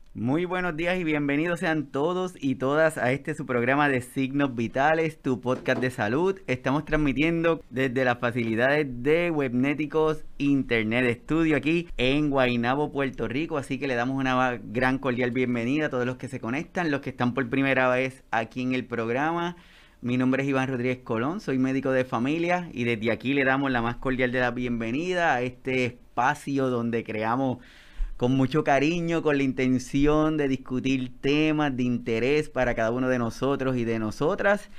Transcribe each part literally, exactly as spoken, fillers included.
Muy buenos días y bienvenidos sean todos y todas a este su programa de Signos Vitales, tu podcast de salud. Estamos transmitiendo desde las facilidades de Webnéticos Internet Studio aquí en Guaynabo, Puerto Rico. Así que le damos una gran cordial bienvenida a todos los que se conectan, los que están por primera vez aquí en el programa. Mi nombre es Iván Rodríguez Colón, soy médico de familia y desde aquí le damos la más cordial de la bienvenida a este espacio donde creamos con mucho cariño, con la intención de discutir temas de interés para cada uno de nosotros y de nosotras,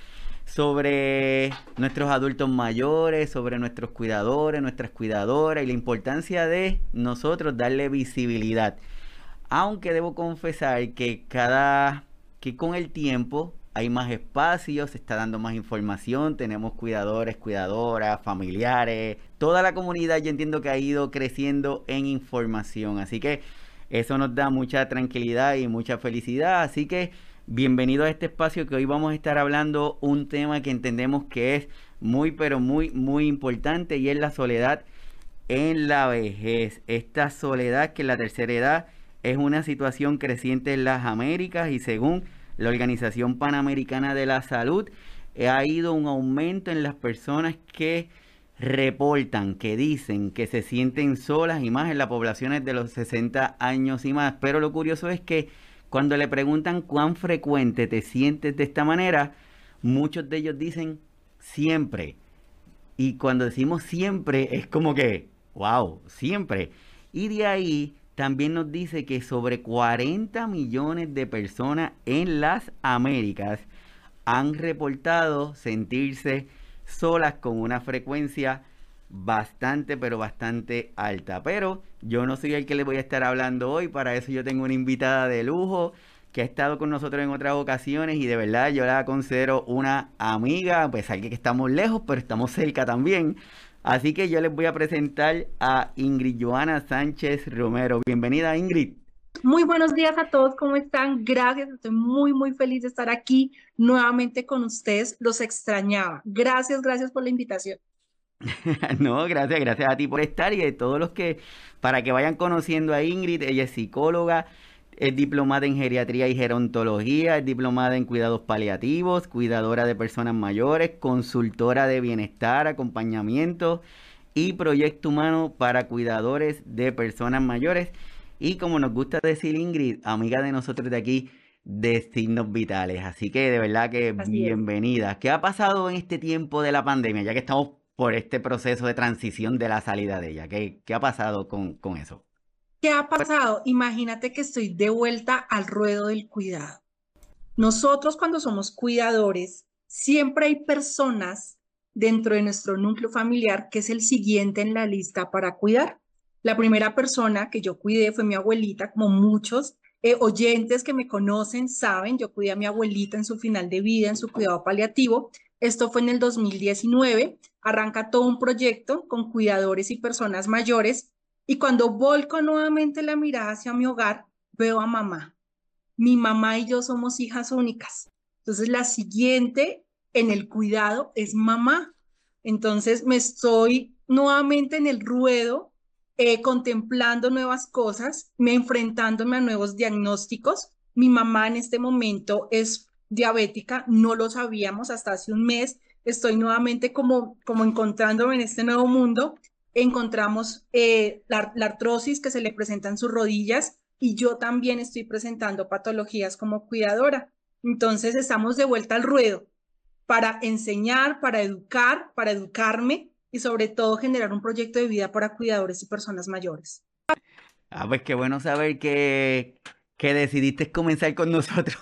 sobre nuestros adultos mayores, sobre nuestros cuidadores, nuestras cuidadoras y la importancia de nosotros darle visibilidad. Aunque debo confesar que cada que con el tiempo hay más espacios, se está dando más información, tenemos cuidadores, cuidadoras, familiares, toda la comunidad yo entiendo que ha ido creciendo en información, así que eso nos da mucha tranquilidad y mucha felicidad, así que bienvenido a este espacio que hoy vamos a estar hablando un tema que entendemos que es muy pero muy muy importante y es la soledad en la vejez. Esta soledad que en la tercera edad es una situación creciente en las Américas y según la Organización Panamericana de la Salud, ha ido un aumento en las personas que reportan, que dicen que se sienten solas y más en las poblaciones de los sesenta años y más. Pero lo curioso es que cuando le preguntan cuán frecuente te sientes de esta manera, muchos de ellos dicen siempre. Y cuando decimos siempre es como que, wow, siempre. Y de ahí también nos dice que sobre cuarenta millones de personas en las Américas han reportado sentirse solas con una frecuencia bastante, pero bastante alta. Pero yo no soy el que les voy a estar hablando hoy, para eso yo tengo una invitada de lujo que ha estado con nosotros en otras ocasiones y de verdad yo la considero una amiga, a pesar de que estamos lejos, pero estamos cerca también. Así que yo les voy a presentar a Ingrid Joana Sánchez Romero. Bienvenida, Ingrid. Muy buenos días a todos, ¿cómo están? Gracias, estoy muy, muy feliz de estar aquí nuevamente con ustedes. Los extrañaba. Gracias, gracias por la invitación. No, gracias, gracias a ti por estar y de todos los que, para que vayan conociendo a Ingrid, ella es psicóloga, es diplomada en geriatría y gerontología, es diplomada en cuidados paliativos, cuidadora de personas mayores, consultora de bienestar, acompañamiento y proyecto humano para cuidadores de personas mayores. Y como nos gusta decir Ingrid, amiga de nosotros de aquí, de Signos Vitales. Así que de verdad que Así es. bienvenida. ¿Qué ha pasado en este tiempo de la pandemia? Ya que estamos por este proceso de transición de la salida de ella. ¿Qué, qué ha pasado con, con eso? ¿Qué ha pasado? Imagínate que estoy de vuelta al ruedo del cuidado. Nosotros cuando somos cuidadores, siempre hay personas dentro de nuestro núcleo familiar que es el siguiente en la lista para cuidar. La primera persona que yo cuidé fue mi abuelita, como muchos eh, oyentes que me conocen saben, yo cuidé a mi abuelita en su final de vida, en su cuidado paliativo. Esto fue en el dos mil diecinueve. Arranca todo un proyecto con cuidadores y personas mayores y cuando volco nuevamente la mirada hacia mi hogar, veo a mamá. Mi mamá y yo somos hijas únicas. Entonces, la siguiente en el cuidado es mamá. Entonces, me estoy nuevamente en el ruedo, eh, contemplando nuevas cosas, me enfrentándome a nuevos diagnósticos. Mi mamá en este momento es diabética, no lo sabíamos hasta hace un mes. Estoy nuevamente como, como encontrándome en este nuevo mundo. Encontramos eh, la, la artrosis que se le presenta en sus rodillas y yo también estoy presentando patologías como cuidadora. Entonces estamos de vuelta al ruedo para enseñar, para educar, para educarme y sobre todo generar un proyecto de vida para cuidadores y personas mayores. Ah, pues qué bueno saber que, que decidiste comenzar con nosotros.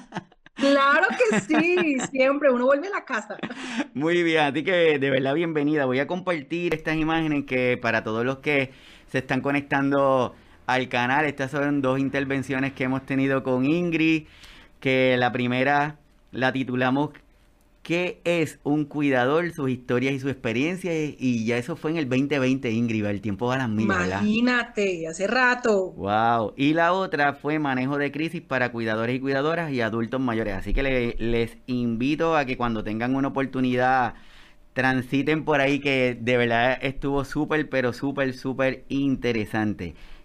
Claro que sí, siempre uno vuelve a la casa. Muy bien, así que de verdad bienvenida. Voy a compartir estas imágenes que para todos los que se están conectando al canal, estas son dos intervenciones que hemos tenido con Ingrid, que la primera la titulamos ¿Qué es un cuidador? Sus historias y su experiencia. Y ya eso fue en el veinte veinte, Ingrid, el tiempo va a las millas, ¿verdad? Imagínate, hace rato. Wow. Y la otra fue manejo de crisis para cuidadores y cuidadoras y adultos mayores. Así que le- les invito a que cuando tengan una oportunidad transiten por ahí, que de verdad estuvo súper, pero súper, súper interesante.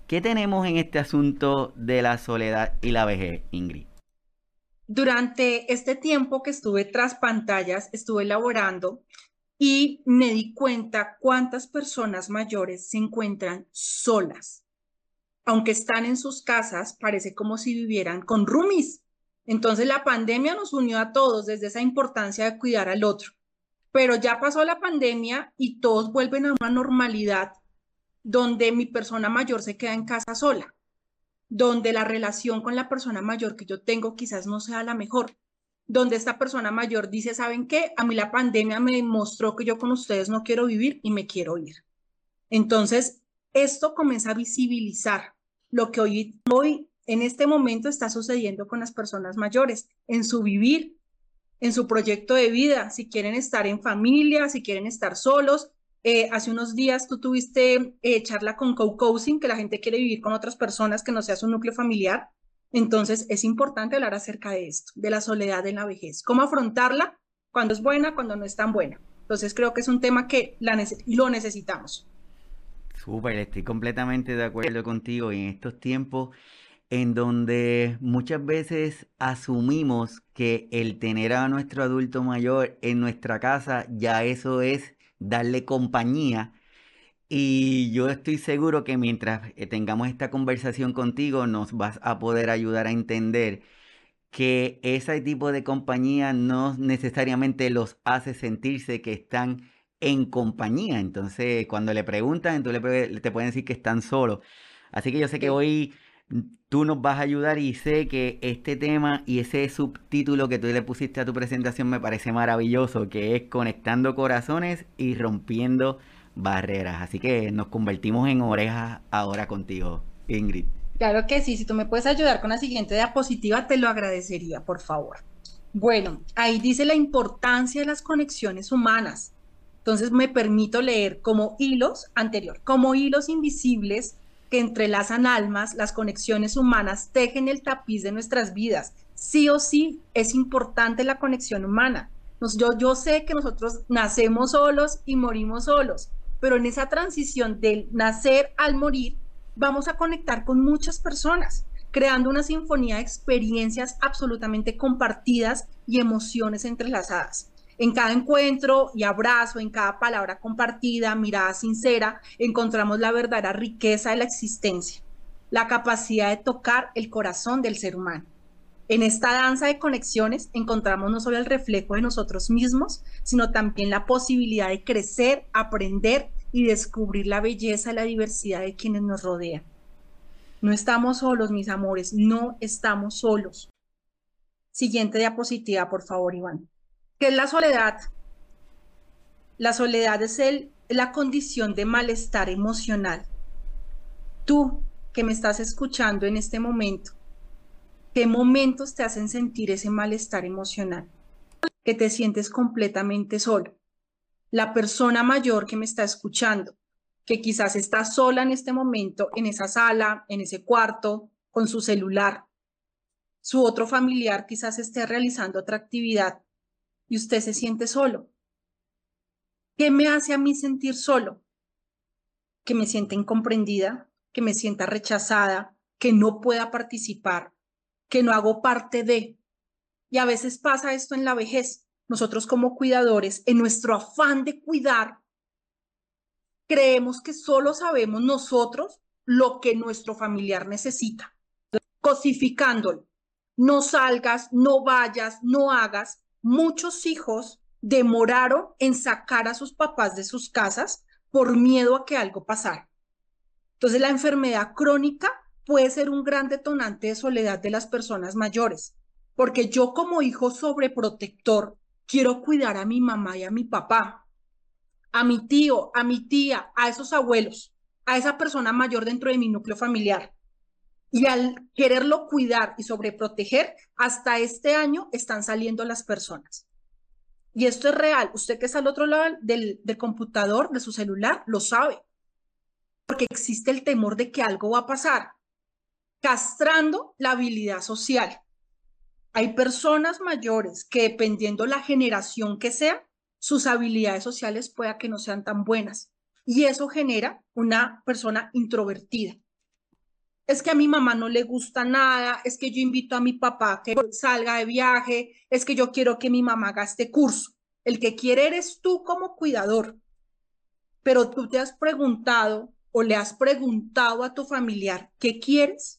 ¿Qué tenemos en este asunto de la soledad y la vejez, Ingrid? Durante este tiempo que estuve tras pantallas, estuve elaborando y me di cuenta cuántas personas mayores se encuentran solas. Aunque están en sus casas, parece como si vivieran con roomies. Entonces la pandemia nos unió a todos desde esa importancia de cuidar al otro. Pero ya pasó la pandemia y todos vuelven a una normalidad donde mi persona mayor se queda en casa sola, donde la relación con la persona mayor que yo tengo quizás no sea la mejor, donde esta persona mayor dice, ¿saben qué? A mí la pandemia me demostró que yo con ustedes no quiero vivir y me quiero ir. Entonces, esto comienza a visibilizar lo que hoy, hoy en este momento está sucediendo con las personas mayores, en su vivir, en su proyecto de vida, si quieren estar en familia, si quieren estar solos. Eh, hace unos días tú tuviste eh, charla con co-coaching, que la gente quiere vivir con otras personas que no sea su núcleo familiar. Entonces es importante hablar acerca de esto, de la soledad en la vejez, cómo afrontarla cuando es buena, cuando no es tan buena. Entonces creo que es un tema que la nece lo necesitamos. Súper, estoy completamente de acuerdo contigo. Y en estos tiempos en donde muchas veces asumimos que el tener a nuestro adulto mayor en nuestra casa, ya eso es darle compañía. Y yo estoy seguro que mientras eh, tengamos esta conversación contigo, nos vas a poder ayudar a entender que ese tipo de compañía no necesariamente los hace sentirse que están en compañía. Entonces, cuando le preguntan, tú le, te pueden decir que están solos. Así que yo sé que Sí. hoy tú nos vas a ayudar y sé que este tema y ese subtítulo que tú le pusiste a tu presentación me parece maravilloso, que es Conectando Corazones y Rompiendo Barreras. Así que nos convertimos en orejas ahora contigo, Ingrid. Claro que sí, si tú me puedes ayudar con la siguiente diapositiva, te lo agradecería, por favor. Bueno, ahí dice la importancia de las conexiones humanas. Entonces me permito leer como hilos anterior, como hilos invisibles que entrelazan almas, las conexiones humanas tejen el tapiz de nuestras vidas. Sí o sí es importante la conexión humana. Nos, yo, yo sé que nosotros nacemos solos y morimos solos, pero en esa transición del nacer al morir, vamos a conectar con muchas personas, creando una sinfonía de experiencias absolutamente compartidas y emociones entrelazadas. En cada encuentro y abrazo, en cada palabra compartida, mirada sincera, encontramos la verdadera riqueza de la existencia, la capacidad de tocar el corazón del ser humano. En esta danza de conexiones encontramos no solo el reflejo de nosotros mismos, sino también la posibilidad de crecer, aprender y descubrir la belleza y la diversidad de quienes nos rodean. No estamos solos, mis amores, no estamos solos. Siguiente diapositiva, por favor, Iván. ¿Qué es la soledad? La soledad es el, la condición de malestar emocional. Tú que me estás escuchando en este momento, ¿qué momentos te hacen sentir ese malestar emocional? Que te sientes completamente solo. La persona mayor que me está escuchando, que quizás está sola en este momento, en esa sala, en ese cuarto, con su celular. Su otro familiar quizás esté realizando otra actividad y usted se siente solo. ¿Qué me hace a mí sentir solo? Que me sienta incomprendida, que me sienta rechazada, que no pueda participar, que no hago parte de. Y a veces pasa esto en la vejez. Nosotros como cuidadores, en nuestro afán de cuidar, creemos que solo sabemos nosotros lo que nuestro familiar necesita, cosificándolo. No salgas, no vayas, no hagas. Muchos hijos demoraron en sacar a sus papás de sus casas por miedo a que algo pasara. Entonces la enfermedad crónica puede ser un gran detonante de soledad de las personas mayores, porque yo como hijo sobreprotector quiero cuidar a mi mamá y a mi papá, a mi tío, a mi tía, a esos abuelos, a esa persona mayor dentro de mi núcleo familiar. Y al quererlo cuidar y sobreproteger, hasta este año están saliendo las personas. Y esto es real. Usted que está al otro lado del, del computador, de su celular, lo sabe. Porque existe el temor de que algo va a pasar, castrando la habilidad social. Hay personas mayores que, dependiendo la generación que sea, sus habilidades sociales pueda que no sean tan buenas. Y eso genera una persona introvertida. es que a mi mamá no le gusta nada, es que yo invito a mi papá a que salga de viaje, es que yo quiero que mi mamá haga este curso. El que quiere eres tú como cuidador, pero tú te has preguntado o le has preguntado a tu familiar, ¿qué quieres?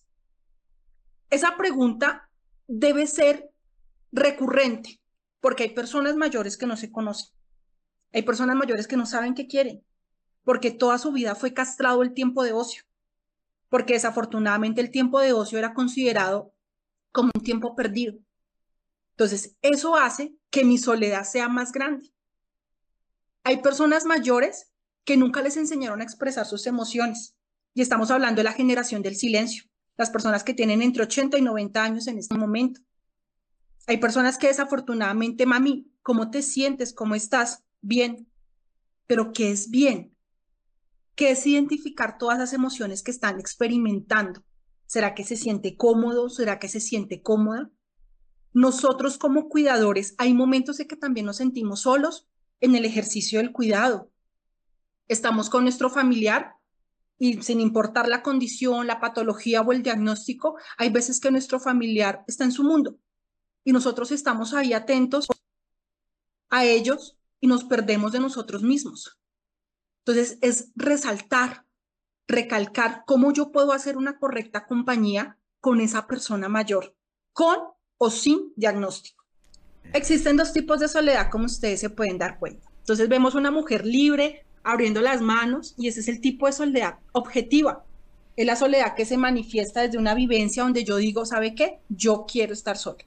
Esa pregunta debe ser recurrente, porque hay personas mayores que no se conocen, hay personas mayores que no saben qué quieren, porque toda su vida fue castrado el tiempo de ocio, porque desafortunadamente el tiempo de ocio era considerado como un tiempo perdido. Entonces, eso hace que mi soledad sea más grande. Hay personas mayores que nunca les enseñaron a expresar sus emociones, y estamos hablando de la generación del silencio, las personas que tienen entre ochenta y noventa años en este momento. Hay personas que desafortunadamente, mami, ¿cómo te sientes? ¿Cómo estás? Bien. Pero ¿qué es bien? ¿Qué es identificar todas las emociones que están experimentando? ¿Será que se siente cómodo? ¿Será que se siente cómoda? Nosotros como cuidadores, hay momentos en que también nos sentimos solos en el ejercicio del cuidado. Estamos con nuestro familiar y sin importar la condición, la patología o el diagnóstico, hay veces que nuestro familiar está en su mundo y nosotros estamos ahí atentos a ellos y nos perdemos de nosotros mismos. Entonces, es resaltar, recalcar cómo yo puedo hacer una correcta compañía con esa persona mayor, con o sin diagnóstico. Existen dos tipos de soledad, como ustedes se pueden dar cuenta. Entonces, vemos una mujer libre, abriendo las manos, y ese es el tipo de soledad objetiva. Es la soledad que se manifiesta desde una vivencia donde yo digo, ¿sabe qué? Yo quiero estar sola.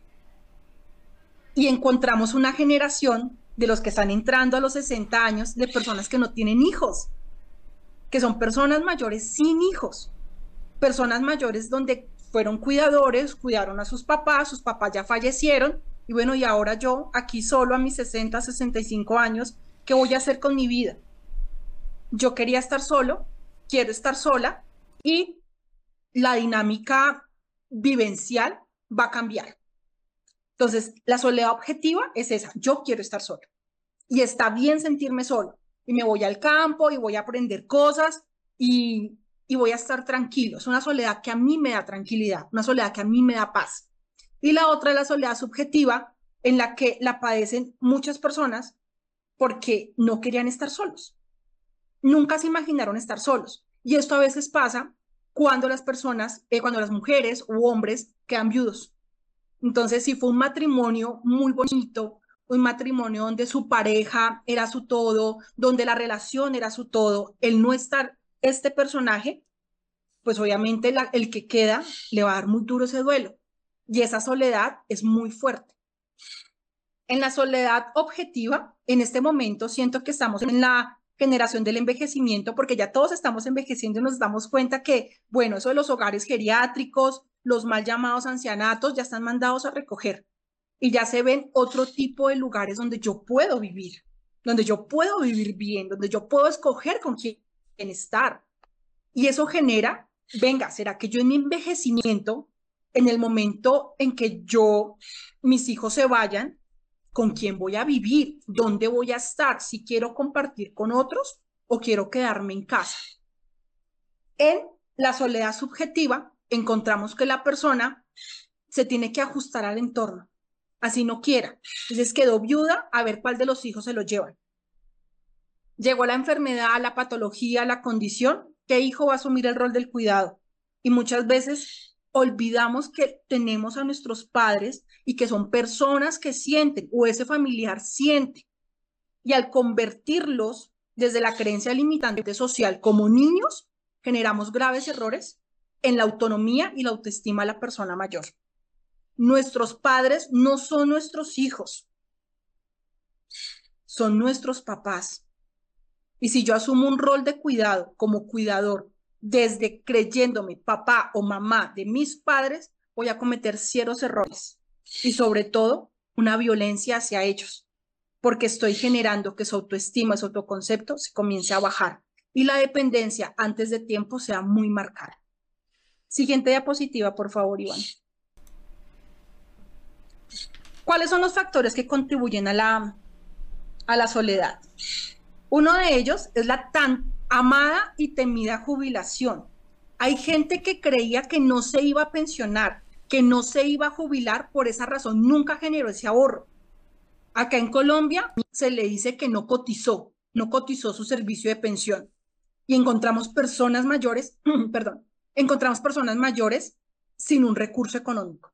Y encontramos una generación de los que están entrando a los sesenta años, de personas que no tienen hijos, que son personas mayores sin hijos, personas mayores donde fueron cuidadores, cuidaron a sus papás, sus papás ya fallecieron, y bueno, y ahora yo aquí solo a mis sesenta, sesenta y cinco años, ¿qué voy a hacer con mi vida? Yo quería estar solo, quiero estar sola, y la dinámica vivencial va a cambiar. Entonces, la soledad objetiva es esa, yo quiero estar solo. Y está bien sentirme solo. Y me voy al campo y voy a aprender cosas y, y voy a estar tranquilo. Es una soledad que a mí me da tranquilidad, una soledad que a mí me da paz. Y la otra es la soledad subjetiva, en la que la padecen muchas personas porque no querían estar solos. Nunca se imaginaron estar solos. Y esto a veces pasa cuando las personas, eh, cuando las mujeres u hombres quedan viudos. Entonces, si fue un matrimonio muy bonito, un matrimonio donde su pareja era su todo, donde la relación era su todo, el no estar este personaje, pues obviamente la, el que queda le va a dar muy duro ese duelo. Y esa soledad es muy fuerte. En la soledad objetiva, en este momento siento que estamos en la generación del envejecimiento, porque ya todos estamos envejeciendo y nos damos cuenta que, bueno, eso de los hogares geriátricos, los mal llamados ancianatos, ya están mandados a recoger. Y ya se ven otro tipo de lugares donde yo puedo vivir, donde yo puedo vivir bien, donde yo puedo escoger con quién estar. Y eso genera, venga, ¿será que yo en mi envejecimiento, en el momento en que yo, mis hijos se vayan, con quién voy a vivir, dónde voy a estar, si quiero compartir con otros o quiero quedarme en casa? En la soledad subjetiva encontramos que la persona se tiene que ajustar al entorno, así no quiera. Entonces quedó viuda, a ver cuál de los hijos se lo llevan. Llegó la enfermedad, la patología, la condición, ¿qué hijo va a asumir el rol del cuidado? Y muchas veces olvidamos que tenemos a nuestros padres y que son personas que sienten o ese familiar siente. Y al convertirlos desde la creencia limitante social como niños, generamos graves errores en la autonomía y la autoestima de la persona mayor. Nuestros padres no son nuestros hijos, son nuestros papás. Y si yo asumo un rol de cuidado como cuidador, desde creyéndome papá o mamá de mis padres, voy a cometer ciertos errores y sobre todo una violencia hacia ellos, porque estoy generando que su autoestima, su autoconcepto se comience a bajar y la dependencia antes de tiempo sea muy marcada. Siguiente diapositiva, por favor, Iván. ¿Cuáles son los factores que contribuyen a la, a la soledad? Uno de ellos es la tan amada y temida jubilación. Hay gente que creía que no se iba a pensionar, que no se iba a jubilar, por esa razón nunca generó ese ahorro. Acá en Colombia se le dice que no cotizó, no cotizó su servicio de pensión. Y encontramos personas mayores, perdón, encontramos personas mayores sin un recurso económico.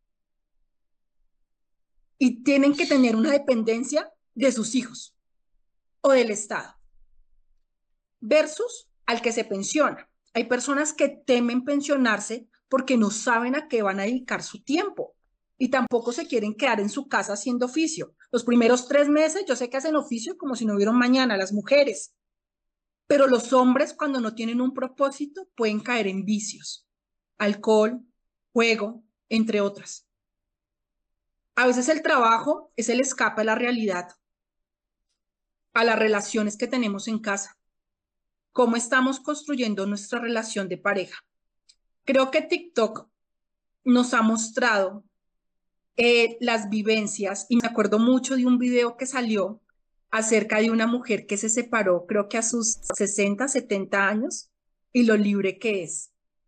Y tienen que tener una dependencia de sus hijos o del Estado. Versus al que se pensiona. Hay personas que temen pensionarse porque no saben a qué van a dedicar su tiempo y tampoco se quieren quedar en su casa haciendo oficio. Los primeros tres meses yo sé que hacen oficio como si no hubiera un mañana, las mujeres, pero los hombres cuando no tienen un propósito pueden caer en vicios, alcohol, juego, entre otras. A veces el trabajo es el escape a la realidad, a las relaciones que tenemos en casa. ¿Cómo estamos construyendo nuestra relación de pareja? Creo que TikTok nos ha mostrado eh, las vivencias, y me acuerdo mucho de un video que salió acerca de una mujer que se separó, creo que a sus sesenta, setenta años, y lo libre que es.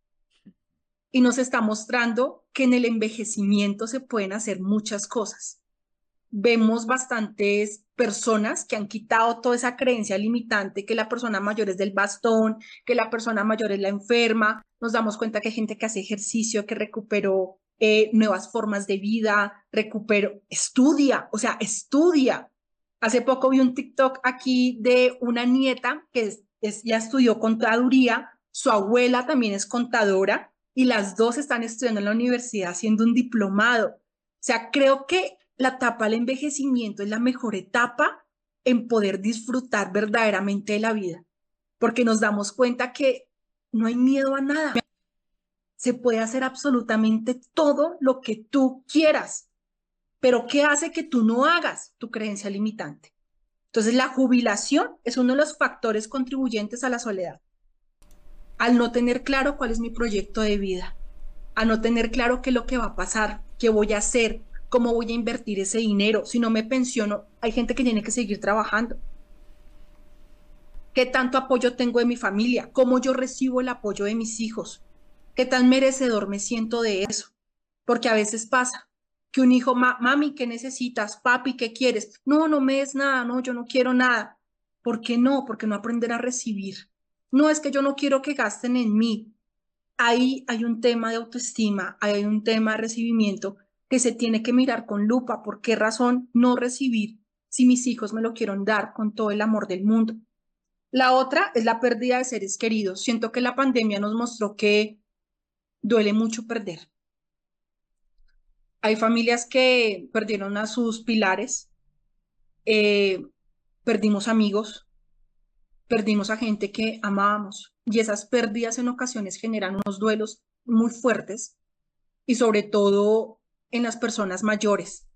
Y nos está mostrando que en el envejecimiento se pueden hacer muchas cosas. Vemos bastantes personas que han quitado toda esa creencia limitante, que la persona mayor es del bastón, que la persona mayor es la enferma. Nos damos cuenta que hay gente que hace ejercicio, que recuperó eh, nuevas formas de vida, recuperó, estudia, o sea, estudia. Hace poco vi un TikTok aquí de una nieta que es, es, ya estudió contaduría, su abuela también es contadora y las dos están estudiando en la universidad haciendo un diplomado. O sea, creo que la etapa del envejecimiento es la mejor etapa en poder disfrutar verdaderamente de la vida, porque nos damos cuenta que no hay miedo a nada. Se puede hacer absolutamente todo lo que tú quieras, pero ¿qué hace que tú no hagas? Tu creencia limitante. Entonces, la jubilación es uno de los factores contribuyentes a la soledad. Al no tener claro cuál es mi proyecto de vida, a no tener claro qué es lo que va a pasar, qué voy a hacer, cómo voy a invertir ese dinero. Si no me pensiono, hay gente que tiene que seguir trabajando. ¿Qué tanto apoyo tengo de mi familia? ¿Cómo yo recibo el apoyo de mis hijos? ¿Qué tan merecedor me siento de eso? Porque a veces pasa que un hijo, mami, ¿qué necesitas? Papi, ¿qué quieres? No, no me des nada, no, yo no quiero nada. ¿Por qué no? Porque no aprender a recibir. No, es que yo no quiero que gasten en mí. Ahí hay un tema de autoestima, ahí hay un tema de recibimiento que se tiene que mirar con lupa. ¿Por qué razón no recibir si mis hijos me lo quieren dar con todo el amor del mundo? La otra es la pérdida de seres queridos. Siento que la pandemia nos mostró que duele mucho perder. Hay familias que perdieron a sus pilares, eh, perdimos amigos, perdimos a gente que amábamos y esas pérdidas en ocasiones generan unos duelos muy fuertes y sobre todo en las personas mayores.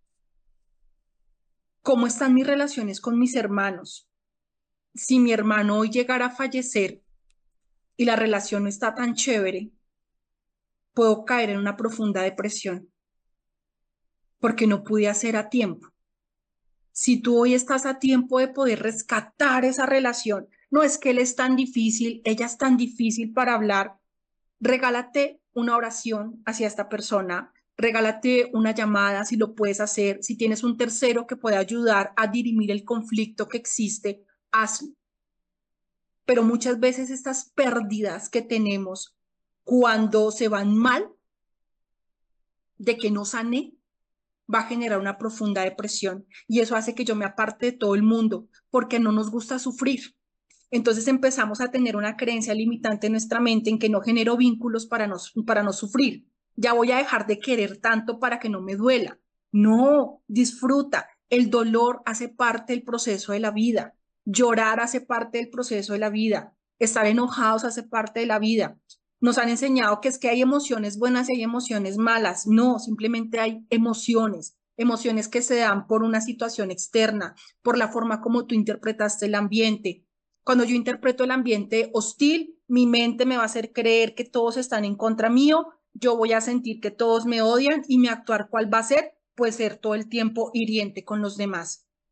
¿Cómo están mis relaciones con mis hermanos? Si mi hermano hoy llegara a fallecer y la relación no está tan chévere, puedo caer en una profunda depresión porque no pude hacer a tiempo. Si tú hoy estás a tiempo de poder rescatar esa relación, no es que él es tan difícil, ella es tan difícil para hablar, regálate una oración hacia esta persona, regálate una llamada si lo puedes hacer, si tienes un tercero que pueda ayudar a dirimir el conflicto que existe, hazlo. Pero muchas veces estas pérdidas que tenemos cuando se van mal, de que no sané, va a generar una profunda depresión y eso hace que yo me aparte de todo el mundo porque no nos gusta sufrir. Entonces empezamos a tener una creencia limitante en nuestra mente en que no genero vínculos para no, para no sufrir. Ya voy a dejar de querer tanto para que no me duela. No, disfruta. El dolor hace parte del proceso de la vida. Llorar hace parte del proceso de la vida. Estar enojados hace parte de la vida. Nos han enseñado que es que hay emociones buenas y hay emociones malas. No, simplemente hay emociones, emociones que se dan por una situación externa, por la forma como tú interpretaste el ambiente. Cuando yo interpreto el ambiente hostil, mi mente me va a hacer creer que todos están en contra mío, yo voy a sentir que todos me odian y mi actuar, ¿cuál va a ser? Puede ser todo el tiempo hiriente con los demás.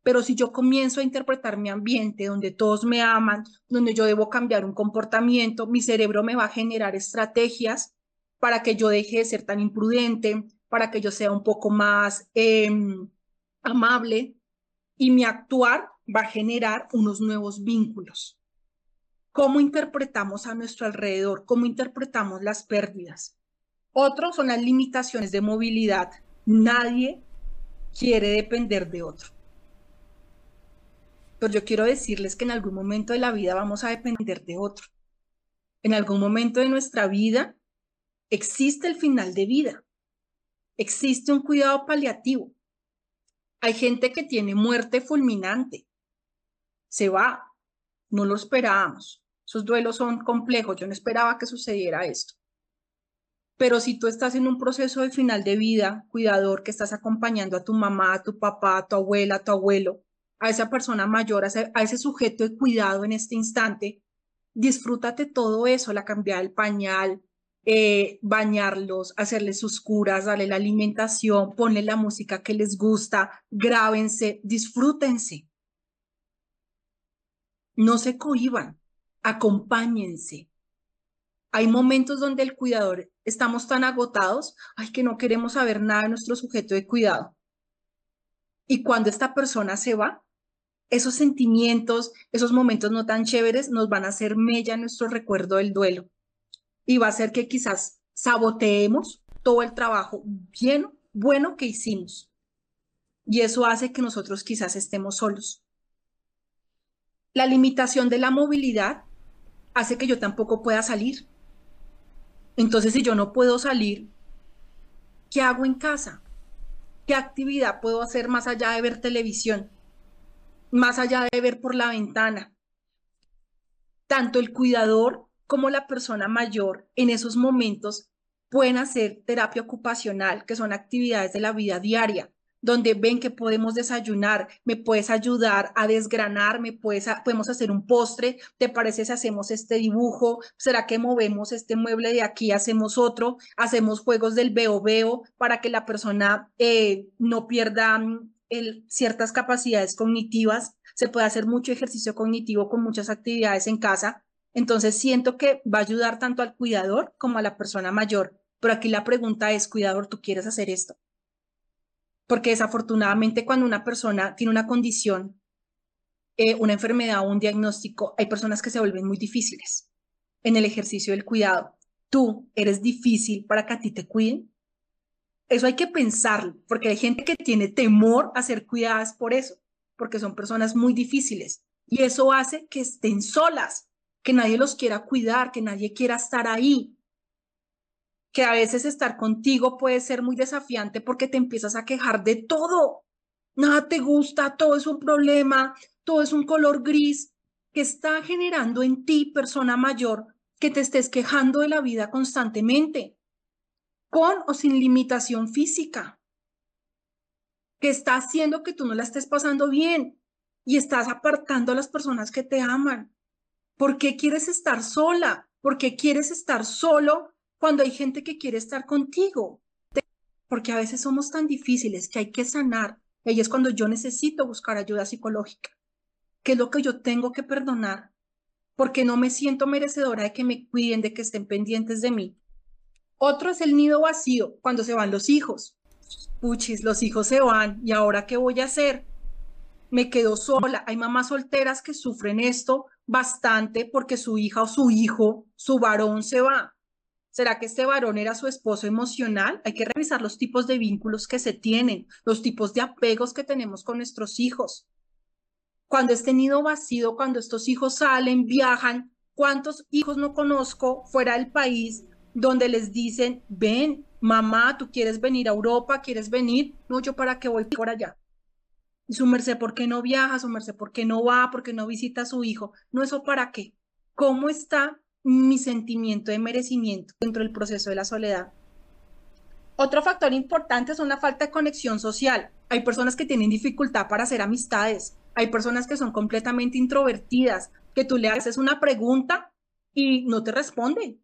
Pero si yo comienzo a interpretar mi ambiente, donde todos me aman, donde yo debo cambiar un comportamiento, mi cerebro me va a generar estrategias para que yo deje de ser tan imprudente, para que yo sea un poco más eh, amable, y mi actuar va a generar unos nuevos vínculos. ¿Cómo interpretamos a nuestro alrededor? ¿Cómo interpretamos las pérdidas? Otro son las limitaciones de movilidad. Nadie quiere depender de otro. Pero yo quiero decirles que en algún momento de la vida vamos a depender de otro. En algún momento de nuestra vida existe el final de vida. Existe un cuidado paliativo. Hay gente que tiene muerte fulminante. Se va. No lo esperábamos. Esos duelos son complejos. Yo no esperaba que sucediera esto. Pero si tú estás en un proceso de final de vida, cuidador, que estás acompañando a tu mamá, a tu papá, a tu abuela, a tu abuelo, a esa persona mayor, a ese, a ese sujeto de cuidado en este instante, disfrútate todo eso, la cambiada del pañal, eh, bañarlos, hacerles sus curas, darle la alimentación, ponle la música que les gusta, grábense, disfrútense. No se cohíban, acompáñense. Hay momentos donde el cuidador estamos tan agotados, ay, que no queremos saber nada de nuestro sujeto de cuidado. Y cuando esta persona se va, esos sentimientos, esos momentos no tan chéveres nos van a hacer mella en nuestro recuerdo del duelo. Y va a hacer que quizás saboteemos todo el trabajo bien bueno que hicimos. Y eso hace que nosotros quizás estemos solos. La limitación de la movilidad hace que yo tampoco pueda salir. Entonces, si yo no puedo salir, ¿qué hago en casa? ¿Qué actividad puedo hacer más allá de ver televisión? Más allá de ver por la ventana? Tanto el cuidador como la persona mayor en esos momentos pueden hacer terapia ocupacional, que son actividades de la vida diaria, donde ven que podemos desayunar, me puedes ayudar a desgranar, me puedes a, podemos hacer un postre, ¿te parece si hacemos este dibujo? ¿Será que movemos este mueble de aquí, hacemos otro? Hacemos juegos del veo veo para que la persona eh, no pierda el, ciertas capacidades cognitivas. Se puede hacer mucho ejercicio cognitivo con muchas actividades en casa. Entonces siento que va a ayudar tanto al cuidador como a la persona mayor. Pero aquí la pregunta es, cuidador, ¿tú quieres hacer esto? Porque desafortunadamente cuando una persona tiene una condición, eh, una enfermedad o un diagnóstico, hay personas que se vuelven muy difíciles en el ejercicio del cuidado. ¿Tú eres difícil para que a ti te cuiden? Eso hay que pensarlo, porque hay gente que tiene temor a ser cuidadas por eso, porque son personas muy difíciles. Y eso hace que estén solas, que nadie los quiera cuidar, que nadie quiera estar ahí. Que a veces estar contigo puede ser muy desafiante porque te empiezas a quejar de todo. Nada te gusta, todo es un problema, todo es un color gris, que está generando en ti, persona mayor, que te estés quejando de la vida constantemente, con o sin limitación física, que está haciendo que tú no la estés pasando bien y estás apartando a las personas que te aman. ¿Por qué quieres estar sola? ¿Por qué quieres estar solo cuando hay gente que quiere estar contigo? Porque a veces somos tan difíciles que hay que sanar. Y ahí es cuando yo necesito buscar ayuda psicológica. ¿Qué es lo que yo tengo que perdonar? Porque no me siento merecedora de que me cuiden, de que estén pendientes de mí. Otro es el nido vacío, cuando se van los hijos. Puchis, los hijos se van, ¿y ahora qué voy a hacer? Me quedo sola. Hay mamás solteras que sufren esto bastante porque su hija o su hijo, su varón se va. ¿Será que este varón era su esposo emocional? Hay que revisar los tipos de vínculos que se tienen, los tipos de apegos que tenemos con nuestros hijos. Cuando este nido vacío, cuando estos hijos salen, viajan, ¿cuántos hijos no conozco fuera del país donde les dicen, ven, mamá, tú quieres venir a Europa, quieres venir? No, yo para qué voy por allá. Y su merced, ¿por qué no viaja? Su merced, ¿por qué no va? ¿Por qué no visita a su hijo? No, ¿eso para qué? ¿Cómo está mi sentimiento de merecimiento dentro del proceso de la soledad? Otro factor importante es una falta de conexión social. Hay personas que tienen dificultad para hacer amistades. Hay personas que son completamente introvertidas, que tú le haces una pregunta y no te responde.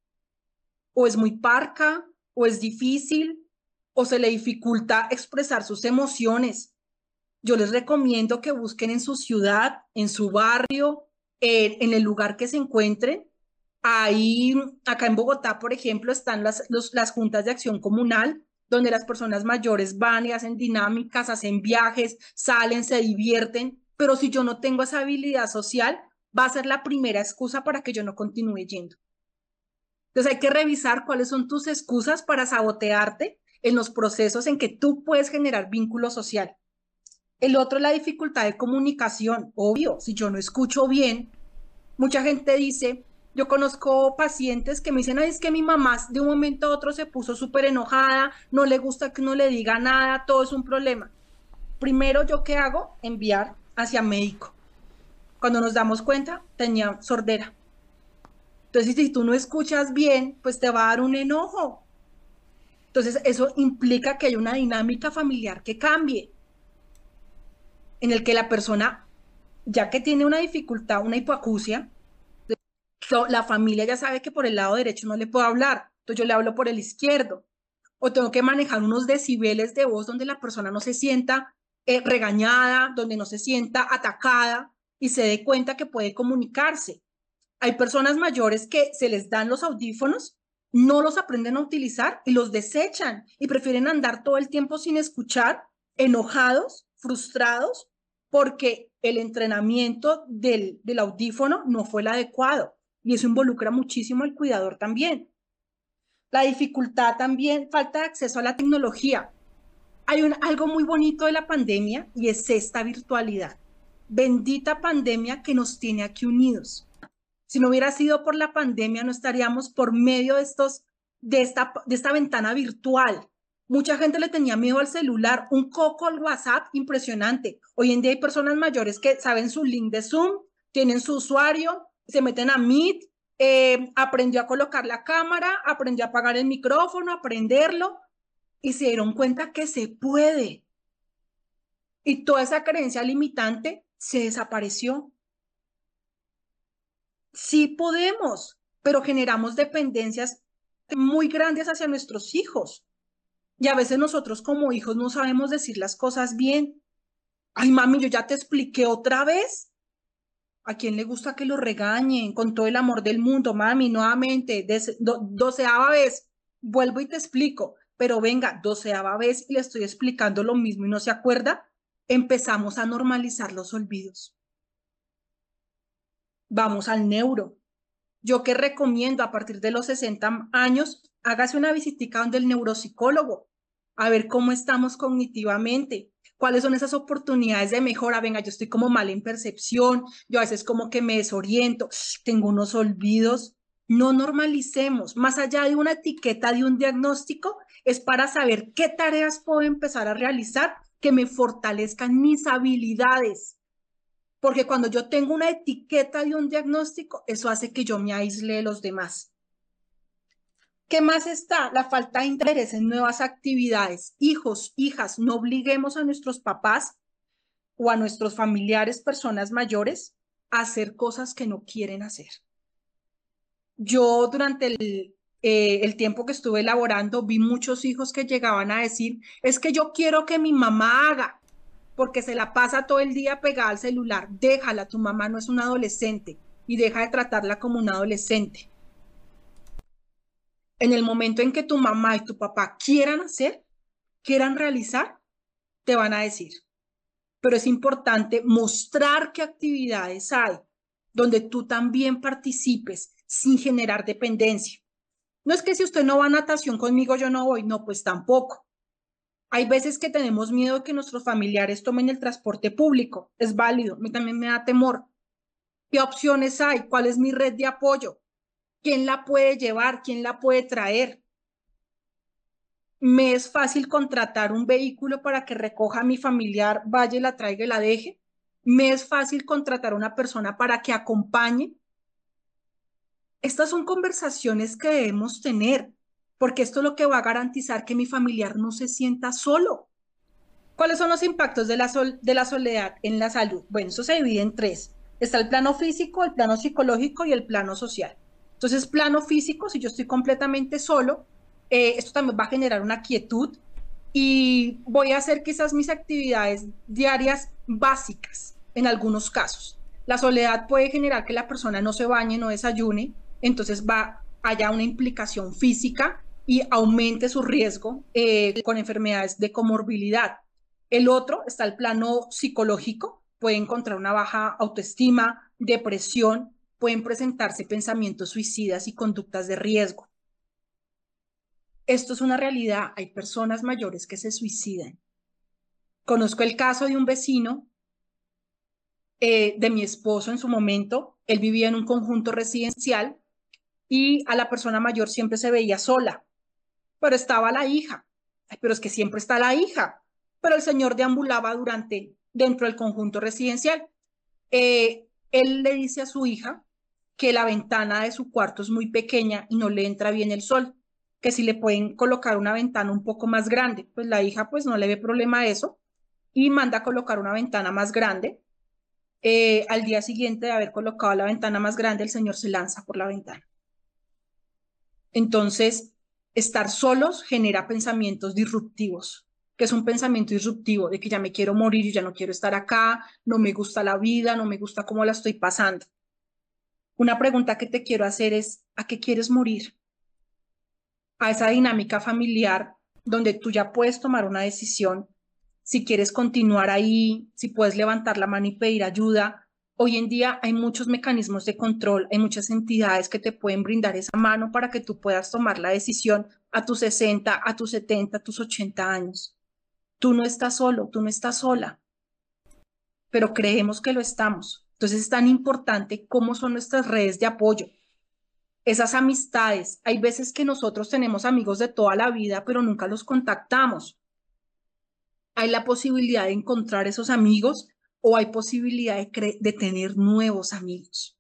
O es muy parca, o es difícil, o se le dificulta expresar sus emociones. Yo les recomiendo que busquen en su ciudad, en su barrio, eh, en el lugar que se encuentren. Ahí, acá en Bogotá, por ejemplo, están las, los, las juntas de acción comunal, donde las personas mayores van y hacen dinámicas, hacen viajes, salen, se divierten, pero si yo no tengo esa habilidad social, va a ser la primera excusa para que yo no continúe yendo. Entonces hay que revisar cuáles son tus excusas para sabotearte en los procesos en que tú puedes generar vínculo social. El otro es la dificultad de comunicación. Obvio, si yo no escucho bien, mucha gente dice, yo conozco pacientes que me dicen, ay, es que mi mamá de un momento a otro se puso súper enojada, no le gusta que uno le diga nada, todo es un problema. Primero, ¿yo qué hago? Enviar hacia médico. Cuando nos damos cuenta, tenía sordera. Entonces, si tú no escuchas bien, pues te va a dar un enojo. Entonces, eso implica que hay una dinámica familiar que cambie, en el que la persona, ya que tiene una dificultad, una hipoacusia, la familia ya sabe que por el lado derecho no le puedo hablar, entonces yo le hablo por el izquierdo, o tengo que manejar unos decibeles de voz donde la persona no se sienta eh, regañada, donde no se sienta atacada y se dé cuenta que puede comunicarse. Hay personas mayores que se les dan los audífonos, no los aprenden a utilizar y los desechan y prefieren andar todo el tiempo sin escuchar, enojados, frustrados, porque el entrenamiento del, del audífono no fue el adecuado. Y eso involucra muchísimo al cuidador también. La dificultad también, falta de acceso a la tecnología. Hay un, algo muy bonito de la pandemia y es esta virtualidad. Bendita pandemia que nos tiene aquí unidos. Si no hubiera sido por la pandemia, no estaríamos por medio de, estos, de, esta, de esta ventana virtual. Mucha gente le tenía miedo al celular, un coco al WhatsApp, impresionante. Hoy en día hay personas mayores que saben su link de Zoom, tienen su usuario, se meten a Meet, eh, aprendió a colocar la cámara, aprendió a apagar el micrófono, a prenderlo, y se dieron cuenta que se puede. Y toda esa creencia limitante se desapareció. Sí podemos, pero generamos dependencias muy grandes hacia nuestros hijos. Y a veces nosotros como hijos no sabemos decir las cosas bien. Ay, mami, yo ya te expliqué otra vez. ¿A quién le gusta que lo regañen con todo el amor del mundo? Mami, nuevamente, do, doceava vez, vuelvo y te explico. Pero venga, doceava vez y le estoy explicando lo mismo y no se acuerda. Empezamos a normalizar los olvidos. Vamos al neuro. Yo que recomiendo a partir de los sesenta años, hágase una visitica donde el neuropsicólogo, a ver cómo estamos cognitivamente, cuáles son esas oportunidades de mejora. Venga, yo estoy como mal en percepción, yo a veces como que me desoriento, tengo unos olvidos. No normalicemos, más allá de una etiqueta de un diagnóstico, es para saber qué tareas puedo empezar a realizar que me fortalezcan mis habilidades. Porque cuando yo tengo una etiqueta de un diagnóstico, eso hace que yo me aísle de los demás. ¿Qué más está? La falta de interés en nuevas actividades. Hijos, hijas, no obliguemos a nuestros papás o a nuestros familiares, personas mayores, a hacer cosas que no quieren hacer. Yo durante el, eh, el tiempo que estuve laborando, vi muchos hijos que llegaban a decir, es que yo quiero que mi mamá haga, porque se la pasa todo el día pegada al celular. Déjala, tu mamá no es una adolescente y deja de tratarla como una adolescente. En el momento en que tu mamá y tu papá quieran hacer, quieran realizar, te van a decir. Pero es importante mostrar qué actividades hay donde tú también participes sin generar dependencia. No es que si usted no va a natación conmigo, yo no voy. No, pues tampoco. Hay veces que tenemos miedo de que nuestros familiares tomen el transporte público. Es válido, a mí también me da temor. ¿Qué opciones hay? ¿Cuál es mi red de apoyo? ¿Quién la puede llevar? ¿Quién la puede traer? ¿Me es fácil contratar un vehículo para que recoja a mi familiar, vaya y la traiga y la deje? ¿Me es fácil contratar a una persona para que acompañe? Estas son conversaciones que debemos tener, porque esto es lo que va a garantizar que mi familiar no se sienta solo. ¿Cuáles son los impactos de la, sol de la soledad en la salud? Bueno, eso se divide en tres. Está el plano físico, el plano psicológico y el plano social. Entonces, plano físico, si yo estoy completamente solo, eh, esto también va a generar una quietud, y voy a hacer quizás mis actividades diarias básicas en algunos casos. La soledad puede generar que la persona no se bañe, no desayune, entonces va haya una implicación física y aumente su riesgo eh, con enfermedades de comorbilidad. El otro está el plano psicológico, puede encontrar una baja autoestima, depresión, pueden presentarse pensamientos suicidas y conductas de riesgo. Esto es una realidad, hay personas mayores que se suicidan. Conozco el caso de un vecino eh, de mi esposo en su momento. Él vivía en un conjunto residencial y a la persona mayor siempre se veía sola, pero estaba la hija. Ay, pero es que siempre está la hija. Pero el señor deambulaba durante, dentro del conjunto residencial. Eh, él le dice a su hija que la ventana de su cuarto es muy pequeña y no le entra bien el sol, que si le pueden colocar una ventana un poco más grande. Pues la hija pues no le ve problema a eso y manda a colocar una ventana más grande. Eh, al día siguiente de haber colocado la ventana más grande, el señor se lanza por la ventana. Entonces, estar solos genera pensamientos disruptivos. Que es un pensamiento disruptivo? De que ya me quiero morir, yo ya no quiero estar acá, no me gusta la vida, no me gusta cómo la estoy pasando. Una pregunta que te quiero hacer es, ¿a qué quieres morir? A esa dinámica familiar donde tú ya puedes tomar una decisión, si quieres continuar ahí, si puedes levantar la mano y pedir ayuda. Hoy en día hay muchos mecanismos de control, hay muchas entidades que te pueden brindar esa mano para que tú puedas tomar la decisión a tus sesenta, a tus setenta, a tus ochenta años. Tú no estás solo, tú no estás sola, pero creemos que lo estamos. Entonces es tan importante cómo son nuestras redes de apoyo, esas amistades. Hay veces que nosotros tenemos amigos de toda la vida, pero nunca los contactamos. Hay la posibilidad de encontrar esos amigos o hay posibilidad de, de tener nuevos amigos.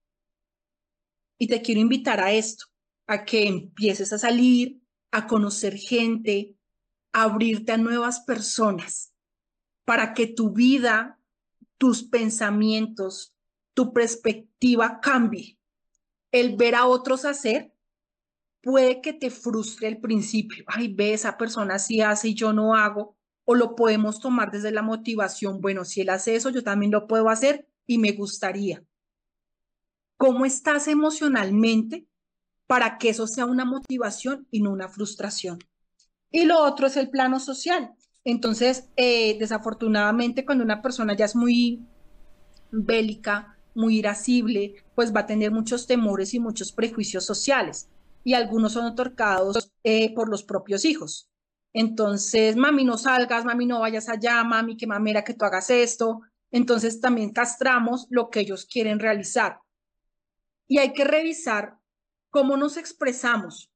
Y te quiero invitar a esto, a que empieces a salir, a conocer gente, a abrirte a nuevas personas, para que tu vida, tus pensamientos, tu perspectiva cambie. El ver a otros hacer puede que te frustre al principio. Ay, ve, esa persona sí hace y yo no hago. O lo podemos tomar desde la motivación. Bueno, si él hace eso, yo también lo puedo hacer y me gustaría. ¿Cómo estás emocionalmente para que eso sea una motivación y no una frustración? Y lo otro es el plano social. Entonces, eh, desafortunadamente, cuando una persona ya es muy bélica, muy irascible, pues va a tener muchos temores y muchos prejuicios sociales. Y algunos son otorgados eh, por los propios hijos. Entonces, mami, no salgas, mami, no vayas allá, mami, qué mamera que tú hagas esto. Entonces, también castramos lo que ellos quieren realizar. Y hay que revisar cómo nos expresamos,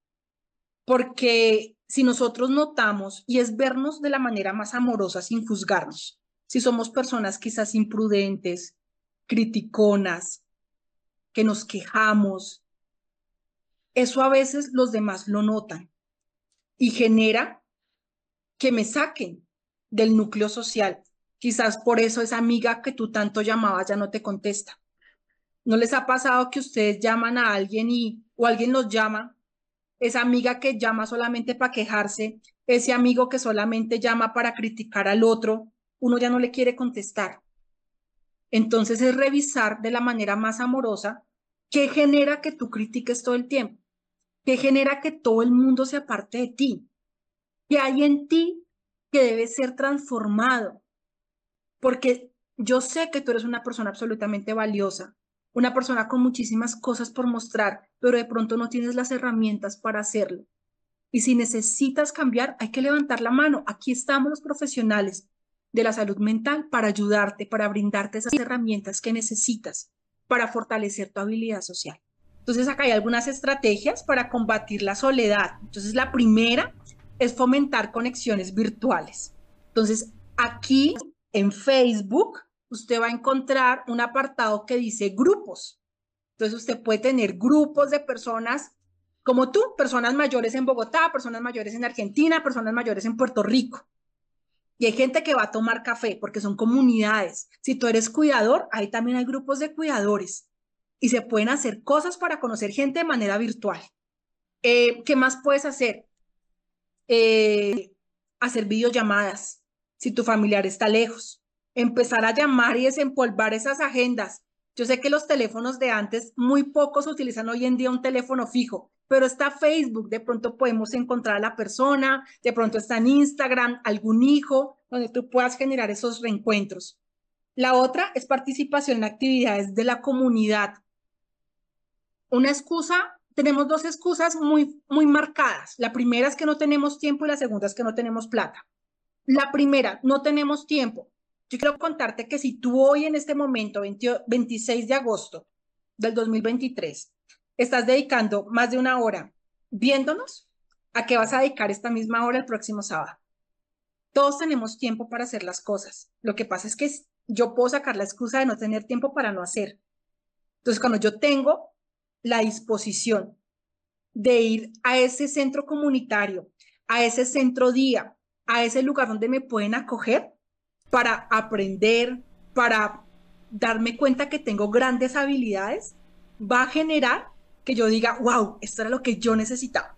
porque si nosotros notamos, y es vernos de la manera más amorosa sin juzgarnos, si somos personas quizás imprudentes, criticonas, que nos quejamos, eso a veces los demás lo notan y genera que me saquen del núcleo social. Quizás por eso esa amiga que tú tanto llamabas ya no te contesta. ¿No les ha pasado que ustedes llaman a alguien y o alguien los llama? Esa amiga que llama solamente para quejarse, ese amigo que solamente llama para criticar al otro, uno ya no le quiere contestar. Entonces es revisar de la manera más amorosa qué genera que tú critiques todo el tiempo, qué genera que todo el mundo se aparte de ti, qué hay en ti que debe ser transformado, porque yo sé que tú eres una persona absolutamente valiosa, una persona con muchísimas cosas por mostrar, pero de pronto no tienes las herramientas para hacerlo. Y si necesitas cambiar, hay que levantar la mano. Aquí estamos los profesionales de la salud mental para ayudarte, para brindarte esas herramientas que necesitas para fortalecer tu habilidad social. Entonces, acá hay algunas estrategias para combatir la soledad. Entonces, la primera es fomentar conexiones virtuales. Entonces, aquí en Facebook, usted va a encontrar un apartado que dice grupos. Entonces, usted puede tener grupos de personas como tú, personas mayores en Bogotá, personas mayores en Argentina, personas mayores en Puerto Rico. Y hay gente que va a tomar café porque son comunidades. Si tú eres cuidador, ahí también hay grupos de cuidadores. Y se pueden hacer cosas para conocer gente de manera virtual. Eh, ¿Qué más puedes hacer? Eh, hacer videollamadas si tu familiar está lejos, empezar a llamar y desempolvar esas agendas. Yo sé que los teléfonos de antes, muy pocos utilizan hoy en día un teléfono fijo, pero está Facebook, de pronto podemos encontrar a la persona, de pronto está en Instagram, algún hijo, donde tú puedas generar esos reencuentros. La otra es participación en actividades de la comunidad. Una excusa, tenemos dos excusas muy, muy marcadas. La primera es que no tenemos tiempo y la segunda es que no tenemos plata. La primera, no tenemos tiempo. Yo quiero contarte que si tú hoy en este momento, veintiséis de agosto del dos mil veintitrés, estás dedicando más de una hora viéndonos, ¿a qué vas a dedicar esta misma hora el próximo sábado? Todos tenemos tiempo para hacer las cosas. Lo que pasa es que yo puedo sacar la excusa de no tener tiempo para no hacer. Entonces, cuando yo tengo la disposición de ir a ese centro comunitario, a ese centro día, a ese lugar donde me pueden acoger para aprender, para darme cuenta que tengo grandes habilidades, va a generar que yo diga, wow, esto era lo que yo necesitaba.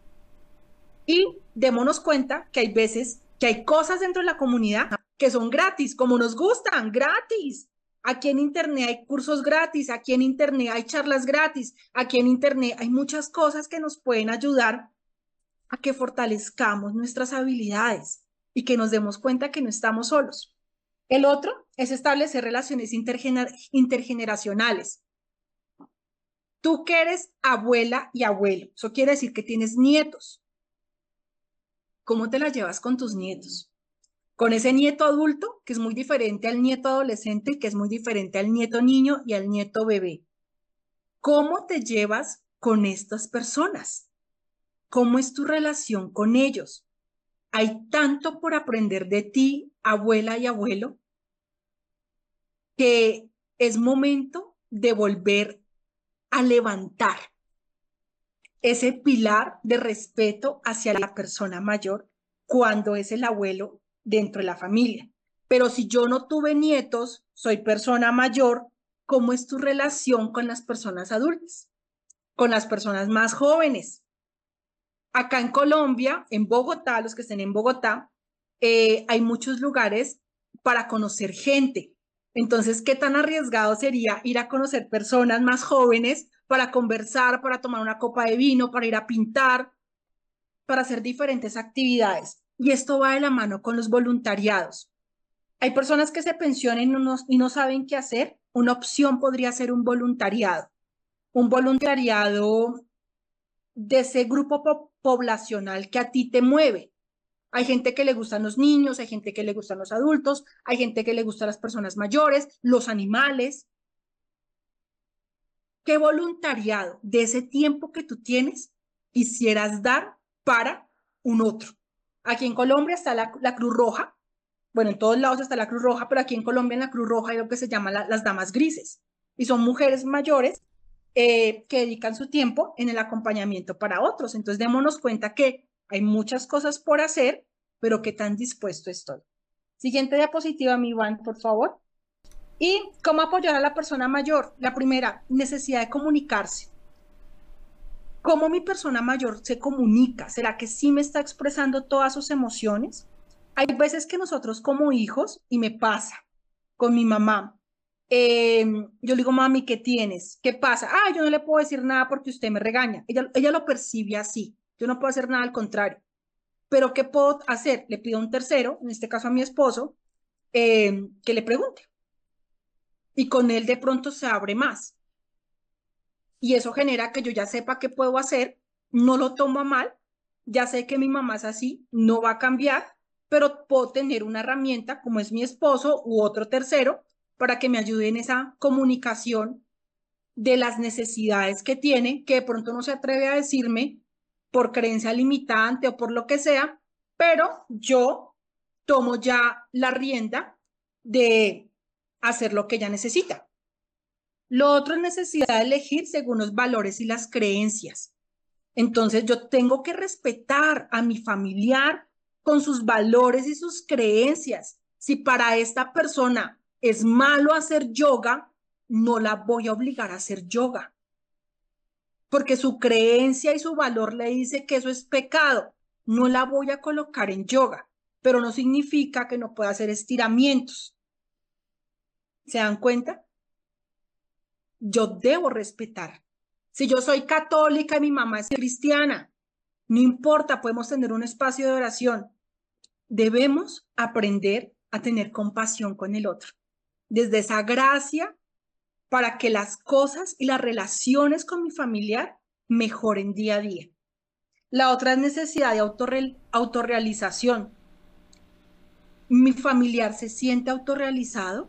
Y démonos cuenta que hay veces que hay cosas dentro de la comunidad que son gratis, como nos gustan, gratis. Aquí en Internet hay cursos gratis, aquí en Internet hay charlas gratis, aquí en Internet hay muchas cosas que nos pueden ayudar a que fortalezcamos nuestras habilidades y que nos demos cuenta que no estamos solos. El otro es establecer relaciones intergener intergeneracionales. Tú que eres abuela y abuelo, eso quiere decir que tienes nietos. ¿Cómo te la llevas con tus nietos? Con ese nieto adulto, que es muy diferente al nieto adolescente, que es muy diferente al nieto niño y al nieto bebé. ¿Cómo te llevas con estas personas? ¿Cómo es tu relación con ellos? Hay tanto por aprender de ti, abuela y abuelo, que es momento de volver a levantar ese pilar de respeto hacia la persona mayor cuando es el abuelo dentro de la familia. Pero si yo no tuve nietos, soy persona mayor, ¿cómo es tu relación con las personas adultas? Con las personas más jóvenes. Acá en Colombia, en Bogotá, los que estén en Bogotá, eh, hay muchos lugares para conocer gente. Entonces, ¿qué tan arriesgado sería ir a conocer personas más jóvenes para conversar, para tomar una copa de vino, para ir a pintar, para hacer diferentes actividades? Y esto va de la mano con los voluntariados. Hay personas que se pensionan y no, y no saben qué hacer. Una opción podría ser un voluntariado. Un voluntariado de ese grupo po poblacional que a ti te mueve. Hay gente que le gustan los niños, hay gente que le gustan los adultos, hay gente que le gustan las personas mayores, los animales. ¿Qué voluntariado de ese tiempo que tú tienes quisieras dar para un otro? Aquí en Colombia está la, la Cruz Roja. Bueno, en todos lados está la Cruz Roja, pero aquí en Colombia en la Cruz Roja hay lo que se llama la, las damas grises. Y son mujeres mayores eh, que dedican su tiempo en el acompañamiento para otros. Entonces, démonos cuenta que hay muchas cosas por hacer, pero qué tan dispuesto estoy. Siguiente diapositiva, mi Iván, por favor. ¿Y cómo apoyar a la persona mayor? La primera, necesidad de comunicarse. ¿Cómo mi persona mayor se comunica? ¿Será que sí me está expresando todas sus emociones? Hay veces que nosotros como hijos, y me pasa con mi mamá, eh, yo le digo, mami, ¿qué tienes? ¿Qué pasa? Ah, yo no le puedo decir nada porque usted me regaña. Ella, ella lo percibe así. Yo no puedo hacer nada, al contrario. Pero ¿qué puedo hacer? Le pido a un tercero, en este caso a mi esposo, eh, que le pregunte. Y con él de pronto se abre más. Y eso genera que yo ya sepa qué puedo hacer, no lo tomo a mal, ya sé que mi mamá es así, no va a cambiar, pero puedo tener una herramienta como es mi esposo u otro tercero para que me ayude en esa comunicación de las necesidades que tiene, que de pronto no se atreve a decirme por creencia limitante o por lo que sea, pero yo tomo ya la rienda de hacer lo que ella necesita. Lo otro es necesidad de elegir según los valores y las creencias. Entonces yo tengo que respetar a mi familiar con sus valores y sus creencias. Si para esta persona es malo hacer yoga, no la voy a obligar a hacer yoga. Porque su creencia y su valor le dice que eso es pecado. No la voy a colocar en yoga. pero no significa que no pueda hacer estiramientos. ¿Se dan cuenta? Yo debo respetar. Si yo soy católica y mi mamá es cristiana, no importa, podemos tener un espacio de oración. Debemos aprender a tener compasión con el otro, desde esa gracia, para que las cosas y las relaciones con mi familiar mejoren día a día. La otra es necesidad de autorre autorrealización. Mi familiar se siente autorrealizado.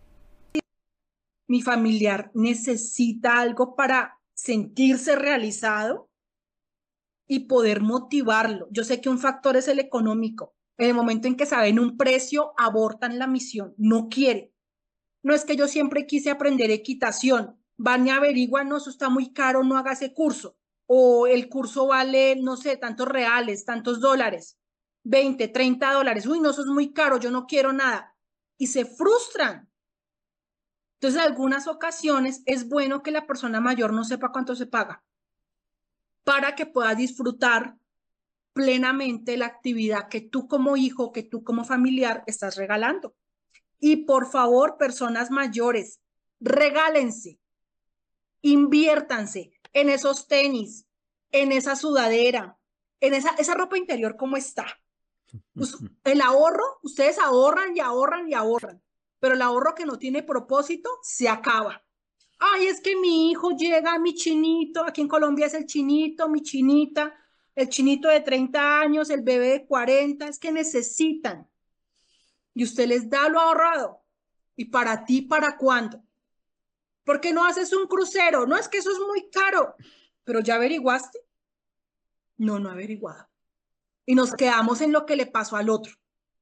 Mi familiar necesita algo para sentirse realizado y poder motivarlo. Yo sé que un factor es el económico. En el momento en que saben un precio, abortan la misión. No quiere. No es que yo siempre quise aprender equitación. Van y averiguan, no, eso está muy caro, no haga ese curso. O el curso vale, no sé, tantos reales, tantos dólares, veinte, treinta dólares. Uy, no, eso es muy caro, yo no quiero nada. Y se frustran. Entonces, en algunas ocasiones es bueno que la persona mayor no sepa cuánto se paga para que pueda disfrutar plenamente la actividad que tú como hijo, que tú como familiar estás regalando. Y por favor, personas mayores, regálense, inviértanse en esos tenis, en esa sudadera, en esa, esa ropa interior, ¿cómo está? Pues, el ahorro, ustedes ahorran y ahorran y ahorran, pero el ahorro que no tiene propósito se acaba. Ay, es que mi hijo llega, mi chinito, aquí en Colombia es el chinito, mi chinita, el chinito de treinta años, el bebé de cuarenta, es que necesitan. Y usted les da lo ahorrado. ¿Y para ti, para cuándo? ¿Por qué no haces un crucero? No, es que eso es muy caro. ¿Pero ya averiguaste? No, no he averiguado. Y nos quedamos en lo que le pasó al otro.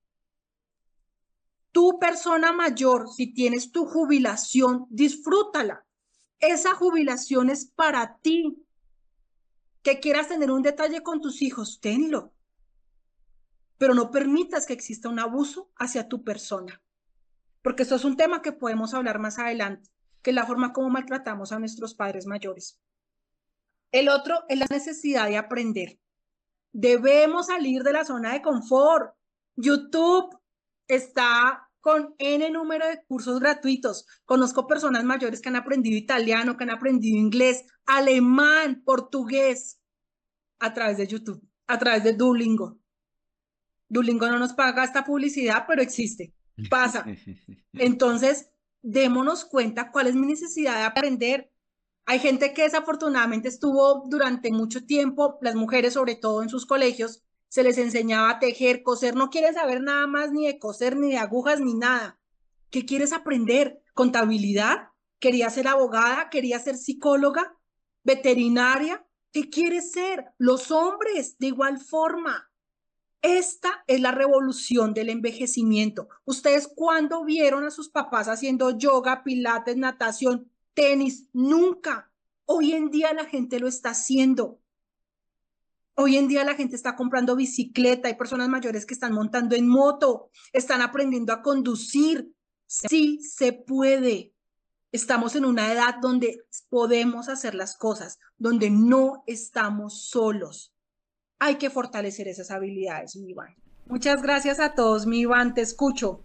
Tu persona mayor, si tienes tu jubilación, disfrútala. Esa jubilación es para ti. Que quieras tener un detalle con tus hijos, tenlo. Pero no permitas que exista un abuso hacia tu persona. Porque esto es un tema que podemos hablar más adelante, que es la forma como maltratamos a nuestros padres mayores. El otro es la necesidad de aprender. Debemos salir de la zona de confort. YouTube está con N número de cursos gratuitos. Conozco personas mayores que han aprendido italiano, que han aprendido inglés, alemán, portugués, a través de YouTube, a través de Duolingo. Duolingo no nos paga esta publicidad, pero existe, pasa. Entonces, démonos cuenta cuál es mi necesidad de aprender. Hay gente que desafortunadamente estuvo durante mucho tiempo, las mujeres sobre todo en sus colegios, se les enseñaba a tejer, coser, no quieren saber nada más ni de coser, ni de agujas, ni nada. ¿Qué quieres aprender? ¿Contabilidad? ¿Quería ser abogada? ¿Quería ser psicóloga? ¿Veterinaria? ¿Qué quieres ser? Los hombres, de igual forma. Esta es la revolución del envejecimiento. ¿Ustedes cuándo vieron a sus papás haciendo yoga, pilates, natación, tenis? Nunca. Hoy en día la gente lo está haciendo. Hoy en día la gente está comprando bicicleta, hay personas mayores que están montando en moto, están aprendiendo a conducir. Sí se puede. Estamos en una edad donde podemos hacer las cosas, donde no estamos solos. Hay que fortalecer esas habilidades, mi Iván. Muchas gracias a todos, mi Iván, te escucho.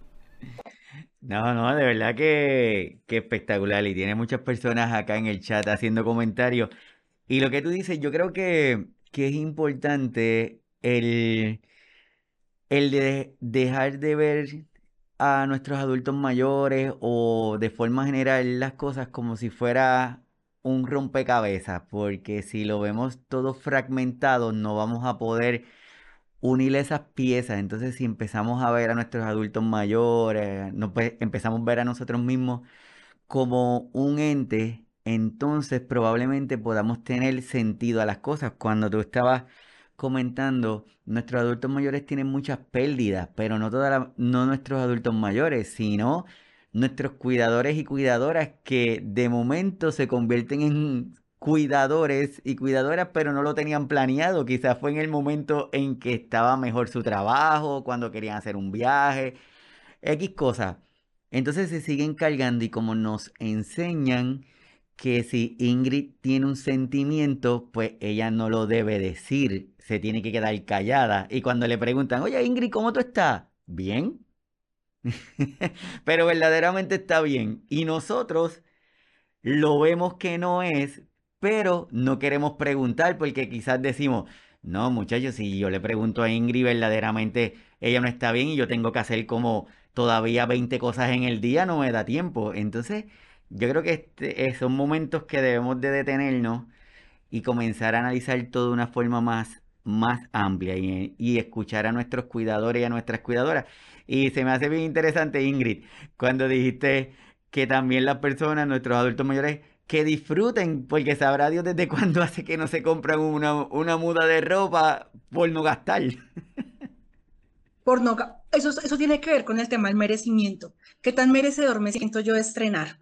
No, no, de verdad que, que espectacular. Y tiene muchas personas acá en el chat haciendo comentarios. Y lo que tú dices, yo creo que, que es importante el, el de dejar de ver a nuestros adultos mayores o de forma general las cosas como si fuera un rompecabezas, porque si lo vemos todo fragmentado no vamos a poder unir esas piezas. Entonces, si empezamos a ver a nuestros adultos mayores, no, pues, empezamos a ver a nosotros mismos como un ente, entonces probablemente podamos tener sentido a las cosas. Cuando tú estabas comentando, nuestros adultos mayores tienen muchas pérdidas, pero no, toda la- no nuestros adultos mayores, sino nuestros cuidadores y cuidadoras que de momento se convierten en cuidadores y cuidadoras, pero no lo tenían planeado. Quizás fue en el momento en que estaba mejor su trabajo, cuando querían hacer un viaje, X cosas. Entonces se siguen cargando y como nos enseñan que si Ingrid tiene un sentimiento, pues ella no lo debe decir, se tiene que quedar callada. Y cuando le preguntan, oye Ingrid, ¿cómo tú estás? Bien. Pero verdaderamente está bien. Y nosotros lo vemos que no es, pero no queremos preguntar porque quizás decimos, no, muchachos, si yo le pregunto a Ingrid verdaderamente ella no está bien y yo tengo que hacer como todavía veinte cosas en el día, no me da tiempo. Entonces, yo creo que este, eh, son momentos que debemos de detenernos y comenzar a analizar todo de una forma más, más amplia y, y escuchar a nuestros cuidadores y a nuestras cuidadoras. Y se me hace bien interesante, Ingrid, cuando dijiste que también las personas, nuestros adultos mayores, que disfruten, porque sabrá Dios desde cuándo hace que no se compran una, una muda de ropa por no gastar. Por no, ga- eso, eso tiene que ver con el tema del merecimiento. ¿Qué tan merecedor me siento yo de estrenar?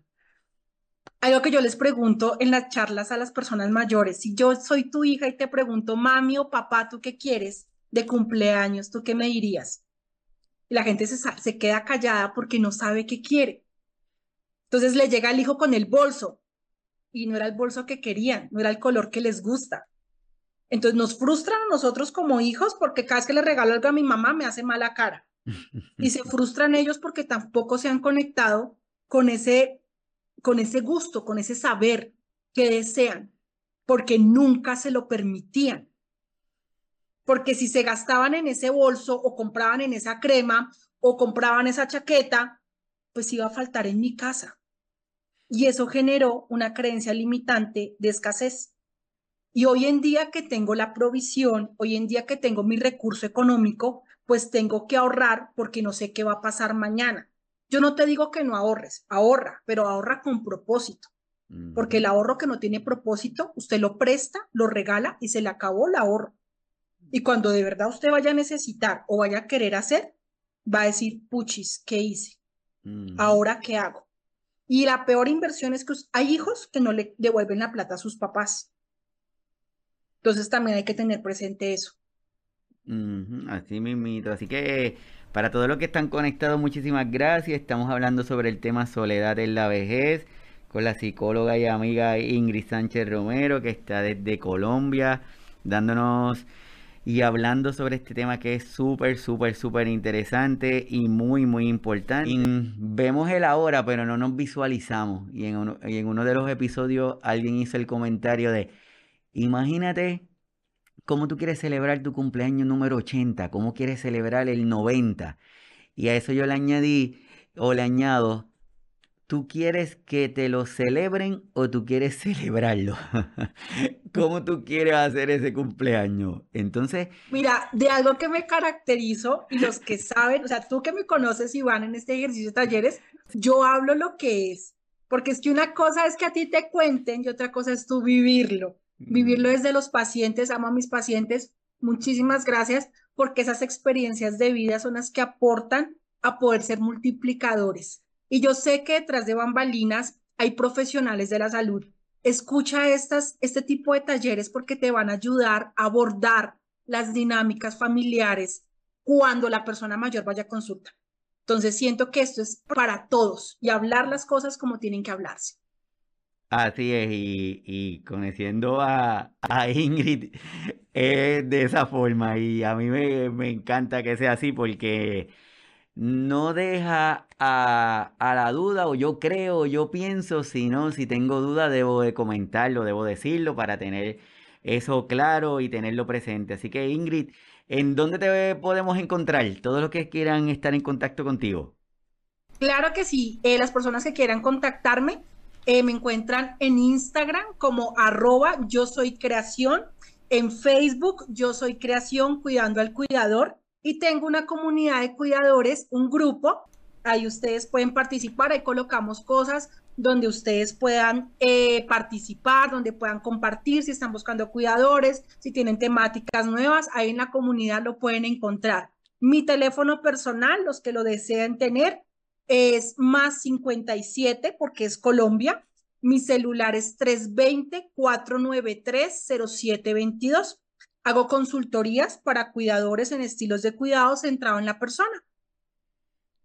Algo que yo les pregunto en las charlas a las personas mayores, si yo soy tu hija y te pregunto, mami o papá, ¿tú qué quieres de cumpleaños? ¿Tú qué me dirías? Y la gente se, sa- se queda callada porque no sabe qué quiere. Entonces le llega el hijo con el bolso y no era el bolso que querían, no era el color que les gusta. Entonces nos frustran a nosotros como hijos porque cada vez que le regalo algo a mi mamá me hace mala cara. Y se frustran ellos porque tampoco se han conectado con ese, con ese gusto, con ese saber que desean, porque nunca se lo permitían. Porque si se gastaban en ese bolso o compraban en esa crema o compraban esa chaqueta, pues iba a faltar en mi casa. Y eso generó una creencia limitante de escasez. Y hoy en día que tengo la provisión, hoy en día que tengo mi recurso económico, pues tengo que ahorrar porque no sé qué va a pasar mañana. Yo no te digo que no ahorres, ahorra, pero ahorra con propósito, porque el Ujú, ahorro que no tiene propósito, usted lo presta, lo regala y se le acabó el ahorro. Y cuando de verdad usted vaya a necesitar o vaya a querer hacer, va a decir, puchis, ¿qué hice? ujú. ¿Ahora qué hago? Y la peor inversión es que hay hijos que no le devuelven la plata a sus papás. Entonces también hay que tener presente eso. Ujú, así mismito. Así que para todos los que están conectados, muchísimas gracias. Estamos hablando sobre el tema soledad en la vejez con la psicóloga y amiga Ingrid Sánchez Romero, que está desde Colombia, dándonos y hablando sobre este tema que es súper, súper, súper interesante y muy, muy importante. Y vemos el ahora, pero no nos visualizamos. Y en uno, y en uno de los episodios alguien hizo el comentario de, imagínate cómo tú quieres celebrar tu cumpleaños número ochenta, cómo quieres celebrar el noventa. Y a eso yo le añadí o le añado, ¿tú quieres que te lo celebren o tú quieres celebrarlo? ¿Cómo tú quieres hacer ese cumpleaños? Entonces, Mira, de algo que me caracterizo y los que saben, o sea, tú que me conoces y van en este ejercicio de talleres, yo hablo lo que es, porque es que una cosa es que a ti te cuenten y otra cosa es tú vivirlo. Vivirlo mm, desde los pacientes, amo a mis pacientes, muchísimas gracias, porque esas experiencias de vida son las que aportan a poder ser multiplicadores. Y yo sé que detrás de bambalinas hay profesionales de la salud. Escucha estas, este tipo de talleres porque te van a ayudar a abordar las dinámicas familiares cuando la persona mayor vaya a consulta. Entonces siento que esto es para todos y hablar las cosas como tienen que hablarse. así es, y, y conociendo a, a Ingrid es de esa forma y a mí me, me encanta que sea así porque no deja a, a la duda o yo creo, yo pienso, sino si tengo duda debo de comentarlo, debo decirlo para tener eso claro y tenerlo presente. Así que Ingrid, ¿en dónde te podemos encontrar? Todos los que quieran estar en contacto contigo. Claro que sí, eh, las personas que quieran contactarme eh, me encuentran en Instagram como arroba yo soy creación, en Facebook yo soy creación cuidando al cuidador y tengo una comunidad de cuidadores, un grupo, ahí ustedes pueden participar, ahí colocamos cosas donde ustedes puedan eh, participar, donde puedan compartir si están buscando cuidadores, si tienen temáticas nuevas, ahí en la comunidad lo pueden encontrar. Mi teléfono personal, los que lo deseen tener, es más cincuenta y siete porque es Colombia. Mi celular es tres dos cero, cuatro nueve tres, cero siete dos dos. Hago consultorías para cuidadores en estilos de cuidado centrado en la persona.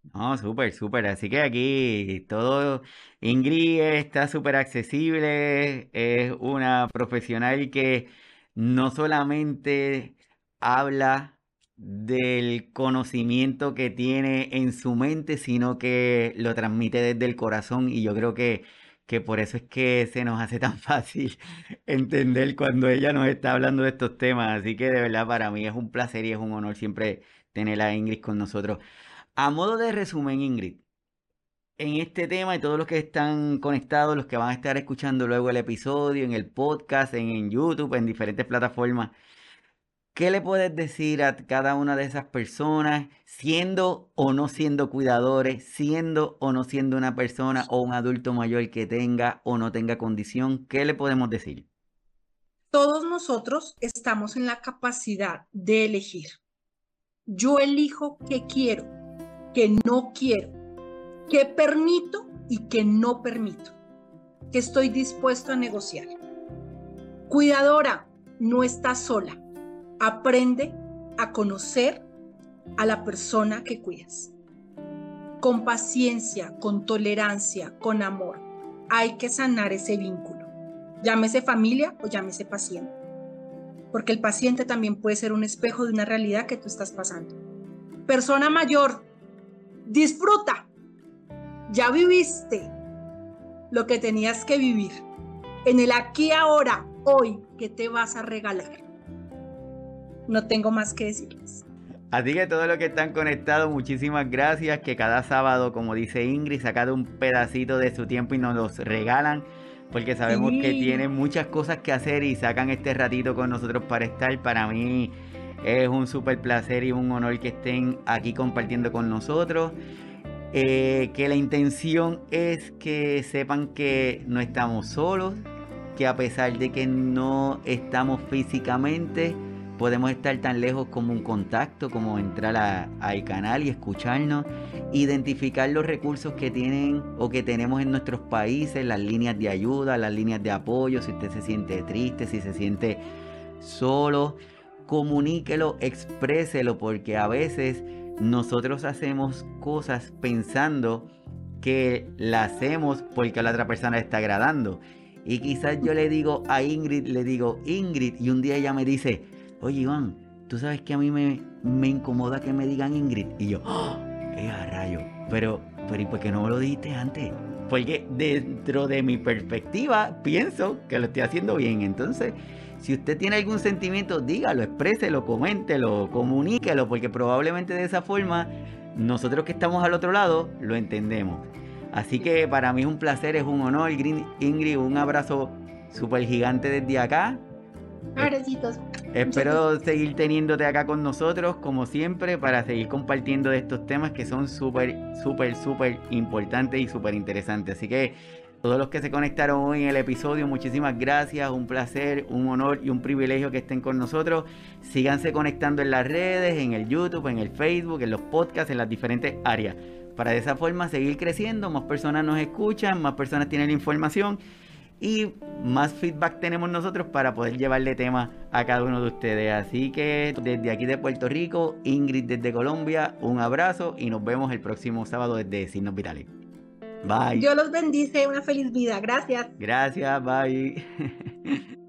No, súper, súper. Así que aquí todo, Ingrid está súper accesible, es una profesional que no solamente habla del conocimiento que tiene en su mente, sino que lo transmite desde el corazón y yo creo que, que por eso es que se nos hace tan fácil entender cuando ella nos está hablando de estos temas. Así que de verdad para mí es un placer y es un honor siempre tener a Ingrid con nosotros. A modo de resumen, Ingrid, en este tema y todos los que están conectados, los que van a estar escuchando luego el episodio, en el podcast, en, en YouTube, en diferentes plataformas, ¿qué le puedes decir a cada una de esas personas, siendo o no siendo cuidadores, siendo o no siendo una persona o un adulto mayor que tenga o no tenga condición? ¿Qué le podemos decir? Todos nosotros estamos en la capacidad de elegir. Yo elijo qué quiero, qué no quiero, qué permito y qué no permito, qué estoy dispuesto a negociar. Cuidadora, no estás sola. Aprende a conocer a la persona que cuidas. Con paciencia, con tolerancia, con amor. Hay que sanar ese vínculo. Llámese familia o llámese paciente. Porque el paciente también puede ser un espejo de una realidad que tú estás pasando. Persona mayor, disfruta. Ya viviste lo que tenías que vivir. En el aquí, ahora, hoy, ¿qué te vas a regalar? No tengo más que decirles. Así que todos los que están conectados, muchísimas gracias. Que cada sábado, como dice Ingrid, saca un pedacito de su tiempo y nos los regalan. Porque sabemos sí. que tienen muchas cosas que hacer y sacan este ratito con nosotros para estar. Para mí es un súper placer y un honor que estén aquí compartiendo con nosotros. Eh, que la intención es que sepan que no estamos solos. Que a pesar de que no estamos físicamente, podemos estar tan lejos como un contacto, como entrar a, al canal y escucharnos, identificar los recursos que tienen o que tenemos en nuestros países, las líneas de ayuda, las líneas de apoyo, si usted se siente triste, si se siente solo, comuníquelo, expréselo, porque a veces nosotros hacemos cosas pensando que la hacemos porque a la otra persona le está agradando. Y quizás yo le digo a Ingrid, le digo, Ingrid, y un día ella me dice, oye Iván, tú sabes que a mí me, me incomoda que me digan Ingrid. Y yo, ¡oh! ¡Eh, a rayo! Pero, pero ¿y por qué no me lo dijiste antes? Porque dentro de mi perspectiva pienso que lo estoy haciendo bien. Entonces, si usted tiene algún sentimiento, dígalo, expréselo, coméntelo, comuníquelo, porque probablemente de esa forma nosotros que estamos al otro lado lo entendemos. Así que para mí es un placer, es un honor, Ingrid, un abrazo súper gigante desde acá. Abracitos. Espero seguir teniéndote acá con nosotros, como siempre, para seguir compartiendo de estos temas que son súper, súper, súper importantes y súper interesantes. Así que todos los que se conectaron hoy en el episodio, muchísimas gracias, un placer, un honor y un privilegio que estén con nosotros. Síganse conectando en las redes, en el YouTube, en el Facebook, en los podcasts, en las diferentes áreas. Para de esa forma seguir creciendo, más personas nos escuchan, más personas tienen la información y más feedback tenemos nosotros para poder llevarle temas a cada uno de ustedes. Así que desde aquí de Puerto Rico, Ingrid desde Colombia, un abrazo y nos vemos el próximo sábado desde Signos Vitales. Bye. Dios los bendice, una feliz vida. Gracias. Gracias, bye.